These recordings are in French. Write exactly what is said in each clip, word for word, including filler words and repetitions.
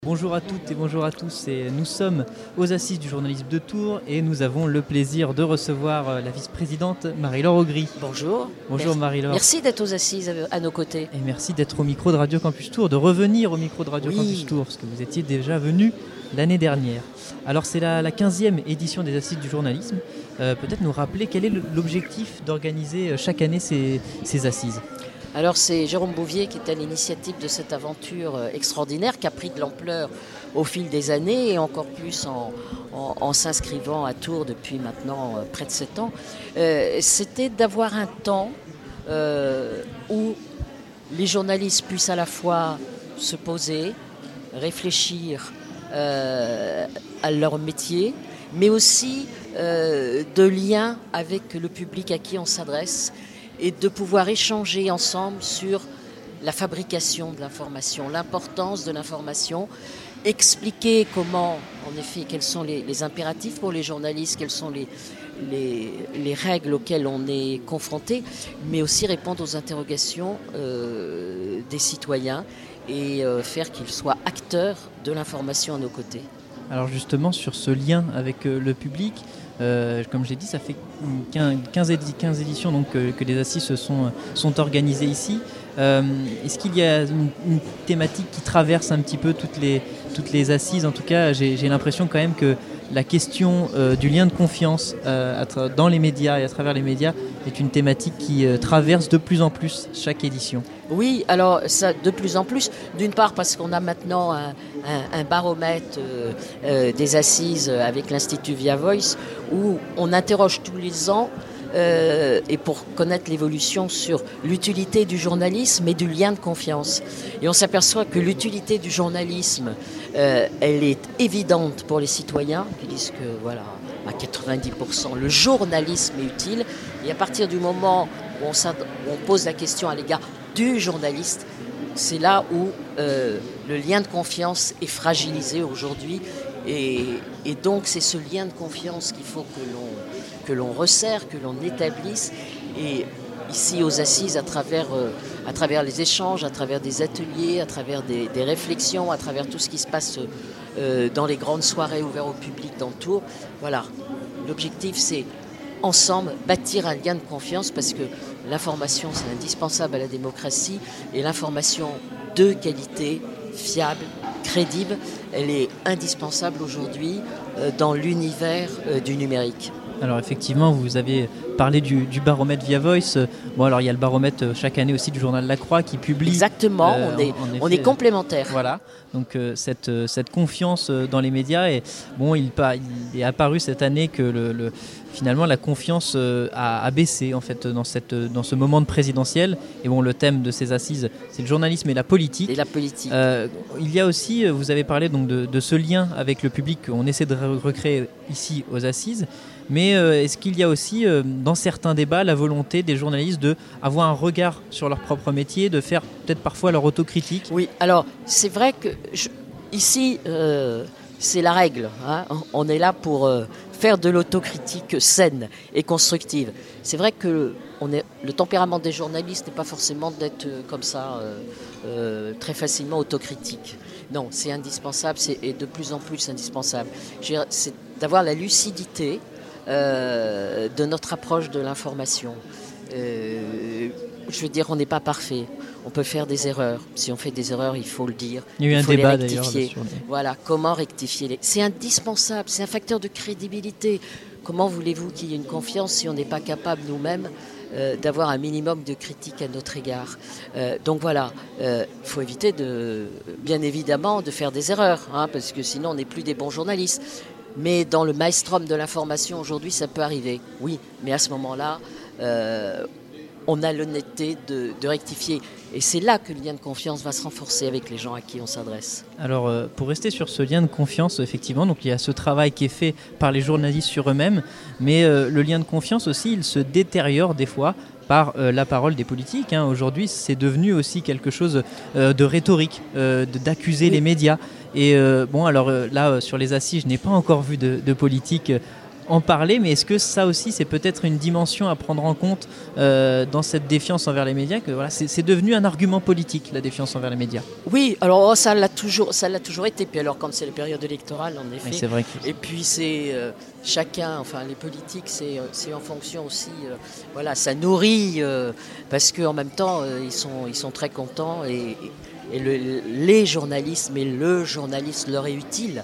Bonjour à toutes et bonjour à tous, et nous sommes aux Assises du journalisme de Tours et nous avons le plaisir de recevoir la vice-présidente Marie-Laure Augry. Bonjour. Bonjour Marie-Laure. Merci d'être aux Assises à nos côtés. Et merci d'être au micro de Radio Campus Tours, de revenir au micro de Radio oui. Campus Tours, parce que vous étiez déjà venu l'année dernière. Alors c'est la, la quinzième édition des Assises du journalisme. Euh, peut-être nous rappeler quel est l'objectif d'organiser chaque année ces, ces assises. Alors c'est Jérôme Bouvier qui est à l'initiative de cette aventure extraordinaire qui a pris de l'ampleur au fil des années et encore plus en, en, en s'inscrivant à Tours depuis maintenant près de sept ans. Euh, c'était d'avoir un temps euh, où les journalistes puissent à la fois se poser, réfléchir euh, à leur métier, mais aussi euh, de liens avec le public à qui on s'adresse, et de pouvoir échanger ensemble sur la fabrication de l'information, l'importance de l'information, expliquer comment, en effet, quels sont les, les impératifs pour les journalistes, quelles sont les, les, les règles auxquelles on est confronté, mais aussi répondre aux interrogations euh, des citoyens et euh, faire qu'ils soient acteurs de l'information à nos côtés. Alors justement, sur ce lien avec euh, le public, Euh, comme j'ai dit, ça fait quinze éditions donc, que, que les assises sont, sont organisées ici. Euh, est-ce qu'il y a une, une thématique qui traverse un petit peu toutes les, toutes les assises? En tout cas, j'ai, j'ai l'impression quand même que la question euh, du lien de confiance euh, tra- dans les médias et à travers les médias est une thématique qui euh, traverse de plus en plus chaque édition. Oui, alors ça, de plus en plus, d'une part parce qu'on a maintenant un, un, un baromètre euh, euh, des assises avec l'Institut Via Voice où on interroge tous les ans euh, et pour connaître l'évolution sur l'utilité du journalisme et du lien de confiance. Et on s'aperçoit que l'utilité du journalisme, euh, elle est évidente pour les citoyens qui disent que voilà, à quatre-vingt-dix pour cent le journalisme est utile. Et à partir du moment où on, où on pose la question à l'égard du journaliste, c'est là où euh, le lien de confiance est fragilisé aujourd'hui et, et donc c'est ce lien de confiance qu'il faut que l'on, que l'on resserre, que l'on établisse et ici aux Assises à travers, euh, à travers les échanges, à travers des ateliers, à travers des, des réflexions, à travers tout ce qui se passe euh, dans les grandes soirées ouvertes au public dans Tours. Voilà, l'objectif c'est ensemble bâtir un lien de confiance parce que l'information c'est indispensable à la démocratie et l'information de qualité, fiable, crédible, elle est indispensable aujourd'hui euh, dans l'univers euh, du numérique. Alors effectivement, vous avez parlé du, du baromètre Via Voice. Bon, alors il y a le baromètre chaque année aussi du journal La Croix qui publie. Exactement, euh, on, est, en, en effet, on est complémentaires. Voilà, donc euh, cette, cette confiance dans les médias. Et bon, il, il est apparu cette année que le, le, finalement la confiance a, a baissé en fait dans, cette, dans ce moment de présidentiel. Et bon, le thème de ces assises, c'est le journalisme et la politique. Et la politique. Euh, il y a aussi, vous avez parlé donc de, de ce lien avec le public qu'on essaie de recréer ici aux assises. Mais euh, est-ce qu'il y a aussi, euh, dans certains débats, la volonté des journalistes d'avoir un regard sur leur propre métier, de faire peut-être parfois leur autocritique? Oui, alors c'est vrai que je, ici, euh, c'est la règle. Hein. On est là pour euh, faire de l'autocritique saine et constructive. C'est vrai que on est, le tempérament des journalistes n'est pas forcément d'être euh, comme ça, euh, euh, très facilement autocritique. Non, c'est indispensable, c'est, et de plus en plus indispensable. C'est d'avoir la lucidité Euh, de notre approche de l'information. Euh, je veux dire, on n'est pas parfait. On peut faire des erreurs. Si on fait des erreurs, il faut le dire. Il y a eu il un faut débat les rectifier. d'ailleurs. Les... Voilà, comment rectifier les... C'est indispensable, c'est un facteur de crédibilité. Comment voulez-vous qu'il y ait une confiance si on n'est pas capable nous-mêmes euh, d'avoir un minimum de critique à notre égard? euh, Donc voilà, il euh, faut éviter, de, bien évidemment, de faire des erreurs, hein, parce que sinon on n'est plus des bons journalistes. Mais dans le maelstrom de l'information aujourd'hui, ça peut arriver, oui. Mais à ce moment-là, euh, on a l'honnêteté de, de rectifier. Et c'est là que le lien de confiance va se renforcer avec les gens à qui on s'adresse. Alors, euh, pour rester sur ce lien de confiance, effectivement, donc il y a ce travail qui est fait par les journalistes sur eux-mêmes, mais euh, le lien de confiance aussi, il se détériore des fois par euh, la parole des politiques. Hein. Aujourd'hui, c'est devenu aussi quelque chose euh, de rhétorique, euh, de, d'accuser oui. les médias. Et euh, bon, alors euh, là, euh, sur les assises, je n'ai pas encore vu de, de politique en parler, mais est-ce que ça aussi c'est peut-être une dimension à prendre en compte euh, dans cette défiance envers les médias, que voilà, c'est, c'est devenu un argument politique, la défiance envers les médias? Oui, alors oh, ça l'a toujours, ça l'a toujours été. Puis alors quand c'est la période électorale, en effet. Mais c'est vrai que... Et puis c'est euh, chacun, enfin les politiques, c'est, c'est en fonction aussi. Euh, voilà, ça nourrit euh, parce qu'en même temps euh, ils sont, ils sont très contents et, et le, les journalistes, mais le journaliste leur est utile.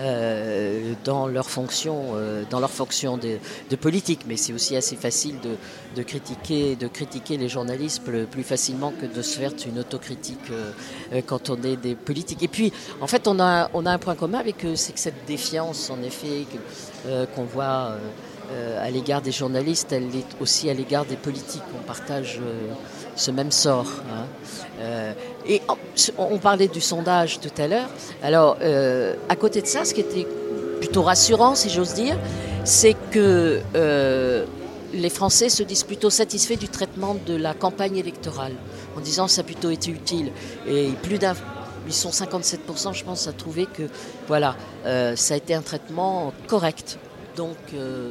Euh, dans leur fonction, euh, dans leur fonction de, de politique, mais c'est aussi assez facile de, de critiquer, de critiquer les journalistes plus, plus facilement que de se faire une autocritique euh, quand on est des politiques. Et puis, en fait, on a, on a un point commun avec eux, c'est que cette défiance, en effet, que, euh, qu'on voit euh, à l'égard des journalistes, elle est aussi à l'égard des politiques. On partage euh, ce même sort. Hein. Euh, et on, on parlait du sondage tout à l'heure. Alors, euh, à côté de ça, ce qui était plutôt rassurant, si j'ose dire, c'est que euh, les Français se disent plutôt satisfaits du traitement de la campagne électorale, en disant que ça a plutôt été utile. Et plus d'un, ils sont cinquante-sept pour cent, je pense, à trouver que voilà, euh, ça a été un traitement correct. Donc, euh,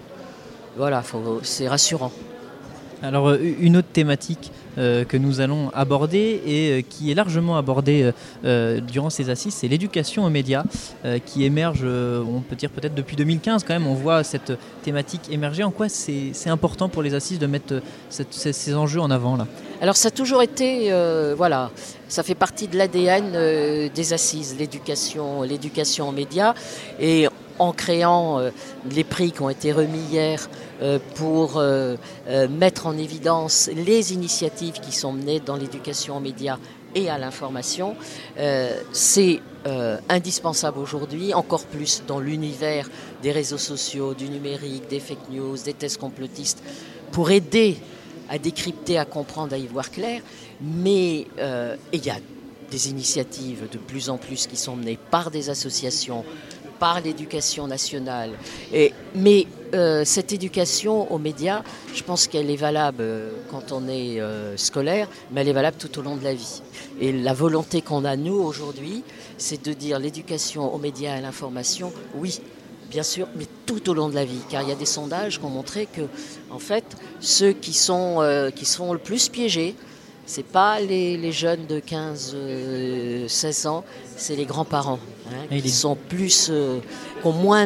voilà, faut, c'est rassurant. Alors une autre thématique euh, que nous allons aborder et euh, qui est largement abordée euh, durant ces assises, c'est l'éducation aux médias euh, qui émerge, euh, on peut dire peut-être depuis deux mille quinze quand même, on voit cette thématique émerger. En quoi c'est, c'est important pour les assises de mettre cette, ces, ces enjeux en avant là? Alors ça a toujours été, euh, voilà, ça fait partie de l'A D N euh, des assises, l'éducation, l'éducation aux médias. Et en créant euh, les prix qui ont été remis hier euh, pour euh, euh, mettre en évidence les initiatives qui sont menées dans l'éducation aux médias et à l'information, euh, c'est euh, indispensable aujourd'hui, encore plus dans l'univers des réseaux sociaux, du numérique, des fake news, des thèses complotistes, pour aider à décrypter, à comprendre, à y voir clair. Mais euh, il y a des initiatives de plus en plus qui sont menées par des associations, par l'éducation nationale. Et, mais euh, cette éducation aux médias, je pense qu'elle est valable quand on est euh, scolaire, mais elle est valable tout au long de la vie. Et la volonté qu'on a, nous, aujourd'hui, c'est de dire l'éducation aux médias et à l'information, oui, bien sûr, mais tout au long de la vie. Car il y a des sondages qui ont montré que, en fait, ceux qui sont, euh, qui sont le plus piégés, c'est pas les, les jeunes de quinze, seize ans, c'est les grands-parents hein, qui les... sont plus, euh, qui ont moins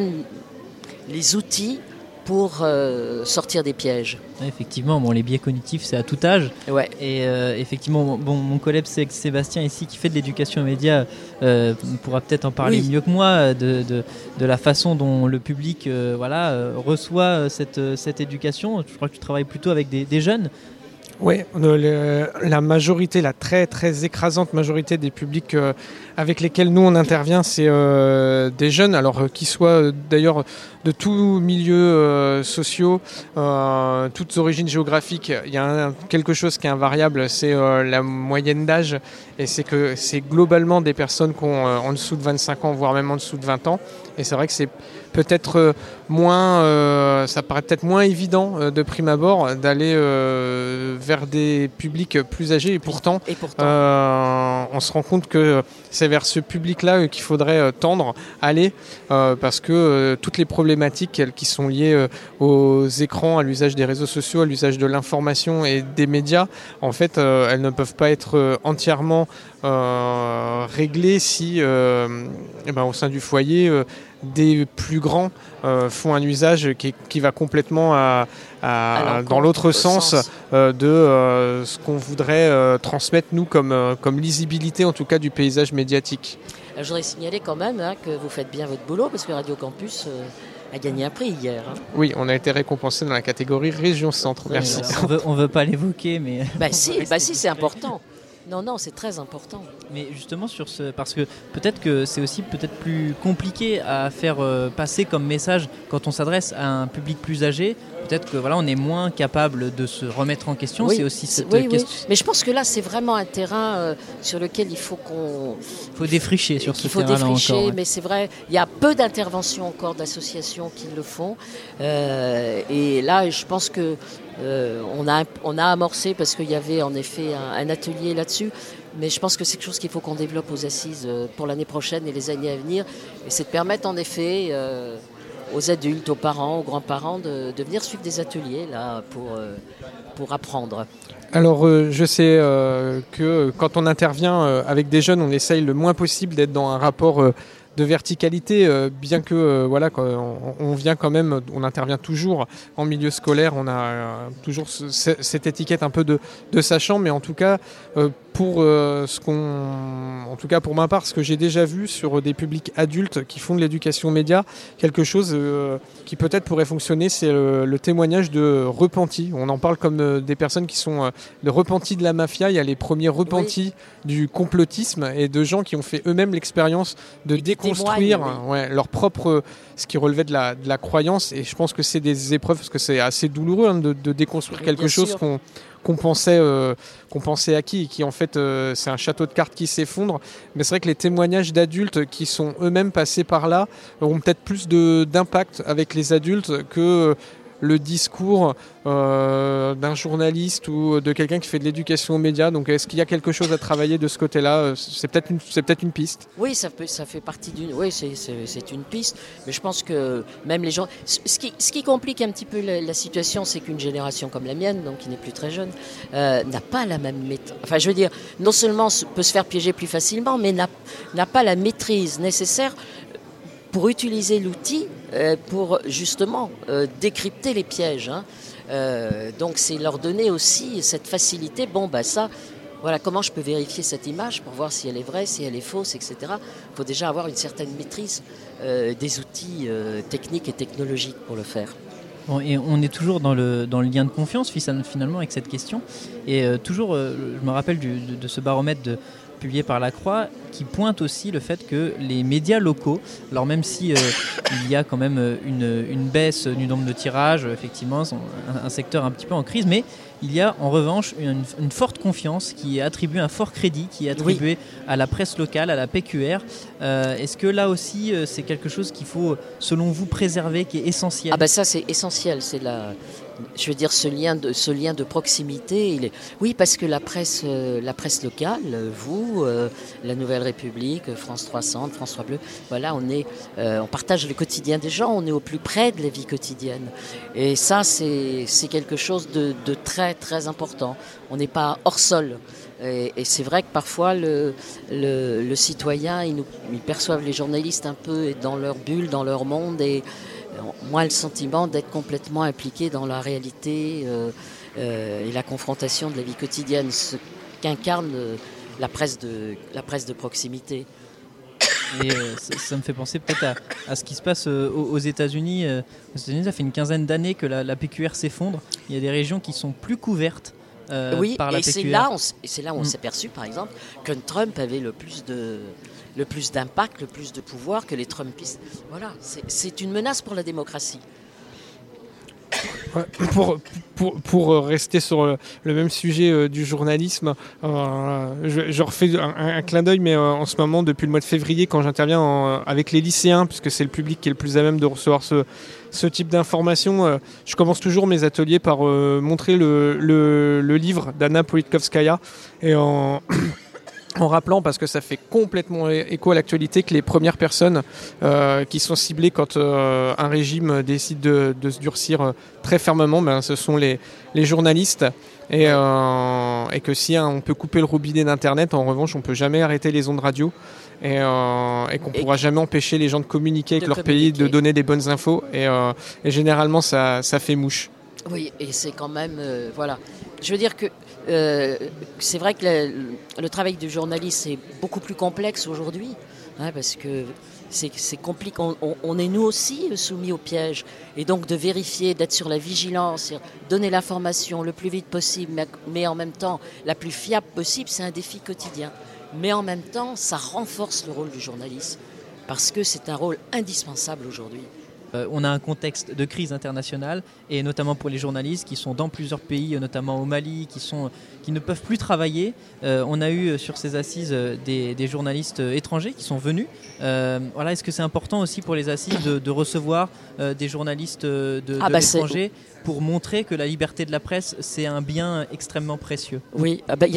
les outils pour euh, sortir des pièges. Effectivement, bon, les biais cognitifs, c'est à tout âge. Ouais. Et euh, effectivement, bon, mon collègue Sébastien ici, qui fait de l'éducation aux médias, euh, pourra peut-être en parler oui. mieux que moi de, de, de la façon dont le public euh, voilà, euh, reçoit cette, cette éducation. Je crois que tu travailles plutôt avec des, des jeunes. Oui, la majorité, la très très écrasante majorité des publics euh, avec lesquels nous on intervient, c'est euh, des jeunes, alors euh, qui soient euh, d'ailleurs de tous milieux euh, sociaux, euh, toutes origines géographiques. Il y a un, quelque chose qui est invariable, c'est euh, la moyenne d'âge, et c'est que c'est globalement des personnes qui ont euh, en dessous de vingt-cinq ans, voire même en dessous de vingt ans. Et c'est vrai que c'est peut-être moins, euh, ça paraît peut-être moins évident euh, de prime abord d'aller euh, vers des publics plus âgés. Et pourtant, et pourtant. Euh, on se rend compte que c'est vers ce public-là qu'il faudrait euh, tendre, aller, euh, parce que euh, toutes les problématiques qui sont liées euh, aux écrans, à l'usage des réseaux sociaux, à l'usage de l'information et des médias, en fait, euh, elles ne peuvent pas être euh, entièrement euh, réglées si, euh, eh ben, au sein du foyer, euh, des plus grands euh, font un usage qui, qui va complètement à, à, dans l'autre sens, sens. Euh, de euh, ce qu'on voudrait euh, transmettre nous comme, euh, comme lisibilité en tout cas du paysage médiatique. Alors, je voudrais signaler quand même hein, que vous faites bien votre boulot parce que Radio Campus euh, a gagné un prix hier. Hein. Oui, on a été récompensé dans la catégorie Région Centre. Oui, merci. On veut, on veut pas l'évoquer, mais... Bah si, bah si c'est important. Non, non, c'est très important. Mais justement sur ce, parce que peut-être que c'est aussi peut-être plus compliqué à faire euh, passer comme message quand on s'adresse à un public plus âgé. Peut-être que voilà, on est moins capable de se remettre en question. Oui, c'est aussi cette oui, question. Oui. Mais je pense que là, c'est vraiment un terrain euh, sur lequel il faut qu'on. Il faut défricher sur ce terrain-là encore. Il faut défricher, ouais. Mais c'est vrai, il y a peu d'interventions encore d'associations qui le font. Euh, et là, je pense que euh, on a on a amorcé parce qu'il y avait en effet un, un atelier là-dessus. Mais je pense que c'est quelque chose qu'il faut qu'on développe aux assises pour l'année prochaine et les années à venir. Et c'est de permettre en effet. Euh, aux adultes, aux parents, aux grands-parents de, de venir suivre des ateliers là, pour, euh, pour apprendre. Alors euh, je sais euh, que quand on intervient euh, avec des jeunes, on essaye le moins possible d'être dans un rapport euh, de verticalité, euh, bien que euh, voilà, quand on, on vient quand même, on intervient toujours en milieu scolaire, on a euh, toujours ce, cette étiquette un peu de, de sachant, mais en tout cas euh, pour euh, ce qu'on, en tout cas pour ma part, ce que j'ai déjà vu sur des publics adultes qui font de l'éducation média, quelque chose euh, qui peut-être pourrait fonctionner, c'est le, le témoignage de repentis. On en parle comme euh, des personnes qui sont euh, de repentis de la mafia. Il y a les premiers repentis oui. du complotisme et de gens qui ont fait eux-mêmes l'expérience de déconstruire oui. ouais, leur propre, ce qui relevait de la, de la croyance. Et je pense que c'est des épreuves, parce que c'est assez douloureux hein, de, de déconstruire oui, quelque chose qu'on qu'on pensait, euh, qu'on pensait acquis et qui en fait euh, c'est un château de cartes qui s'effondre. Mais c'est vrai que les témoignages d'adultes qui sont eux-mêmes passés par là auront peut-être plus de, d'impact avec les adultes que le discours euh, d'un journaliste ou de quelqu'un qui fait de l'éducation aux médias. Donc est-ce qu'il y a quelque chose à travailler de ce côté-là ? C'est peut-être une, c'est peut-être une piste. Oui, ça, peut, ça fait partie d'une... Oui, c'est, c'est, c'est une piste. Mais je pense que même les gens... Ce qui, ce qui complique un petit peu la, la situation, c'est qu'une génération comme la mienne, donc qui n'est plus très jeune, euh, n'a pas la même méthode. Enfin, je veux dire, non seulement peut se faire piéger plus facilement, mais n'a, n'a pas la maîtrise nécessaire pour utiliser l'outil euh, pour justement euh, décrypter les pièges. Hein. Euh, donc c'est leur donner aussi cette facilité. Bon, ben ça, voilà, comment je peux vérifier cette image pour voir si elle est vraie, si elle est fausse, et cetera. Il faut déjà avoir une certaine maîtrise euh, des outils euh, techniques et technologiques pour le faire. Bon, et on est toujours dans le, dans le lien de confiance finalement avec cette question. Et euh, toujours, euh, je me rappelle du, de, de ce baromètre de publié par la Croix, qui pointe aussi le fait que les médias locaux, alors même si euh, il y a quand même une, une baisse du nombre de tirages, effectivement, c'est un, un secteur un petit peu en crise, mais il y a en revanche une, une forte confiance qui est attribuée, un fort crédit qui est attribué oui. à la presse locale, à la P Q R. Euh, est-ce que là aussi, euh, c'est quelque chose qu'il faut, selon vous, préserver, qui est essentiel ? Ah ben ça, c'est essentiel, c'est la... Je veux dire, ce lien de, ce lien de proximité, il est... oui, parce que la presse, euh, la presse locale, vous, euh, la Nouvelle République, France trois Centre, France trois Bleu, voilà, on, est, euh, on partage le quotidien des gens, on est au plus près de la vie quotidienne. Et ça, c'est, c'est quelque chose de, de très, très important. On n'est pas hors sol. Et, et c'est vrai que parfois, le, le, le citoyen, il, nous, il perçoit les journalistes un peu dans leur bulle, dans leur monde, et moi, le sentiment d'être complètement impliqué dans la réalité euh, euh, et la confrontation de la vie quotidienne, ce qu'incarne euh, la presse de, la presse de proximité. Et euh, ça, ça me fait penser peut-être à, à ce qui se passe euh, aux, aux États-Unis. Euh, aux États-Unis, ça fait une quinzaine d'années que la, la P Q R s'effondre. Il y a des régions qui sont plus couvertes euh, oui, par la et P Q R. C'est là, on, et c'est là où on mm. s'est perçu, par exemple, que Trump avait le plus de... le plus d'impact, le plus de pouvoir que les Trumpistes. Voilà, c'est, c'est une menace pour la démocratie. Ouais, pour, pour, pour rester sur le, le même sujet euh, du journalisme, euh, je, je refais un, un clin d'œil, mais euh, en ce moment, depuis le mois de février, quand j'interviens en, avec les lycéens, puisque c'est le public qui est le plus à même de recevoir ce, ce type d'informations, euh, je commence toujours mes ateliers par euh, montrer le, le, le livre d'Anna Politkovskaya, et en... en rappelant, parce que ça fait complètement écho à l'actualité, que les premières personnes euh, qui sont ciblées quand euh, un régime décide de, de se durcir euh, très fermement, ben, ce sont les, les journalistes. Et, euh, et que si hein, on peut couper le robinet d'Internet, en revanche, on ne peut jamais arrêter les ondes radio. Et, euh, et qu'on ne pourra jamais empêcher les gens de communiquer avec de leur communiquer. pays, de donner des bonnes infos. Et, euh, et généralement, ça, ça fait mouche. Oui, et c'est quand même... Euh, voilà. Je veux dire que euh, c'est vrai que le, le travail du journaliste est beaucoup plus complexe aujourd'hui, hein, parce que c'est, c'est compliqué. On, on, on est nous aussi soumis au piège. Et donc de vérifier, d'être sur la vigilance, donner l'information le plus vite possible, mais, mais en même temps la plus fiable possible, c'est un défi quotidien. Mais en même temps, ça renforce le rôle du journaliste, parce que c'est un rôle indispensable aujourd'hui. Euh, on a un contexte de crise internationale, et notamment pour les journalistes qui sont dans plusieurs pays, notamment au Mali, qui, sont, qui ne peuvent plus travailler. Euh, on a eu sur ces assises des, des journalistes étrangers qui sont venus. Euh, voilà, est-ce que c'est important aussi pour les assises de, de recevoir euh, des journalistes de, ah de bah l'étranger pour montrer que la liberté de la presse, c'est un bien extrêmement précieux ? Oui, ah bah, il y en a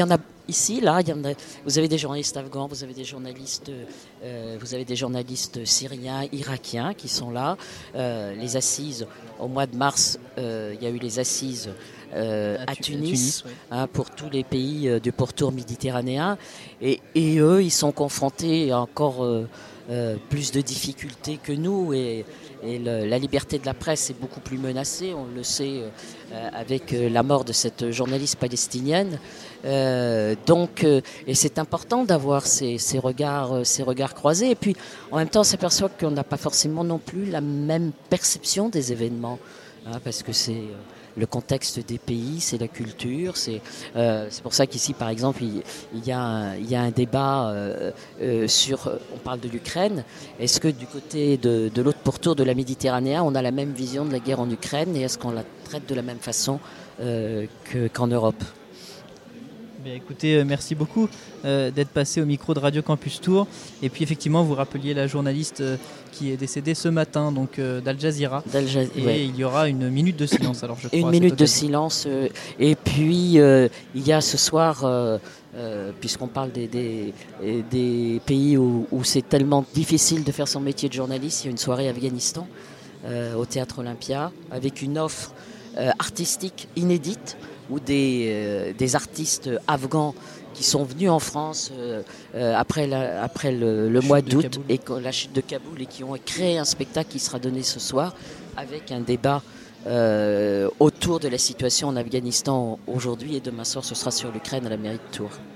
ici, là, il y en a, vous avez des journalistes afghans, vous avez des journalistes, euh, vous avez des journalistes syriens, irakiens qui sont là. Euh, les assises, au mois de mars, euh, il y a eu les assises euh, à, à Tunis, Tunis oui. hein, pour tous les pays euh, du pourtour méditerranéen. Et, et eux, ils sont confrontés à encore euh, euh, plus de difficultés que nous. Et, Et le, la liberté de la presse est beaucoup plus menacée, on le sait euh, avec euh, la mort de cette journaliste palestinienne. Euh, donc, euh, et c'est important d'avoir ces, ces, regards, ces regards croisés. Et puis, en même temps, on s'aperçoit qu'on n'a pas forcément non plus la même perception des événements, hein, parce que c'est euh, le contexte des pays, c'est la culture. C'est, euh, c'est pour ça qu'ici, par exemple, il, il, y, a un, il y a un débat euh, euh, sur, on parle de l'Ukraine. Est-ce que du côté de, de l'autre pourtour de la Méditerranée, on a la même vision de la guerre en Ukraine et est-ce qu'on la traite de la même façon euh, que, qu'en Europe ? Bien, écoutez, euh, merci beaucoup euh, d'être passé au micro de Radio Campus Tours. Et puis effectivement, vous rappeliez la journaliste euh, qui est décédée ce matin, donc euh, d'Al Jazeera. D'Al Jazeera, et ouais. Il y aura une minute de silence. Alors je crois, une minute de silence. Euh, et puis euh, il y a ce soir, euh, euh, puisqu'on parle des, des, des pays où, où c'est tellement difficile de faire son métier de journaliste, il y a une soirée Afghanistan euh, au Théâtre Olympia avec une offre euh, artistique inédite, où des, euh, des artistes afghans qui sont venus en France euh, euh, après, la, après le, le mois d'août et la chute de Kaboul et qui ont créé un spectacle qui sera donné ce soir avec un débat euh, autour de la situation en Afghanistan aujourd'hui et demain soir ce sera sur l'Ukraine à la mairie de Tours.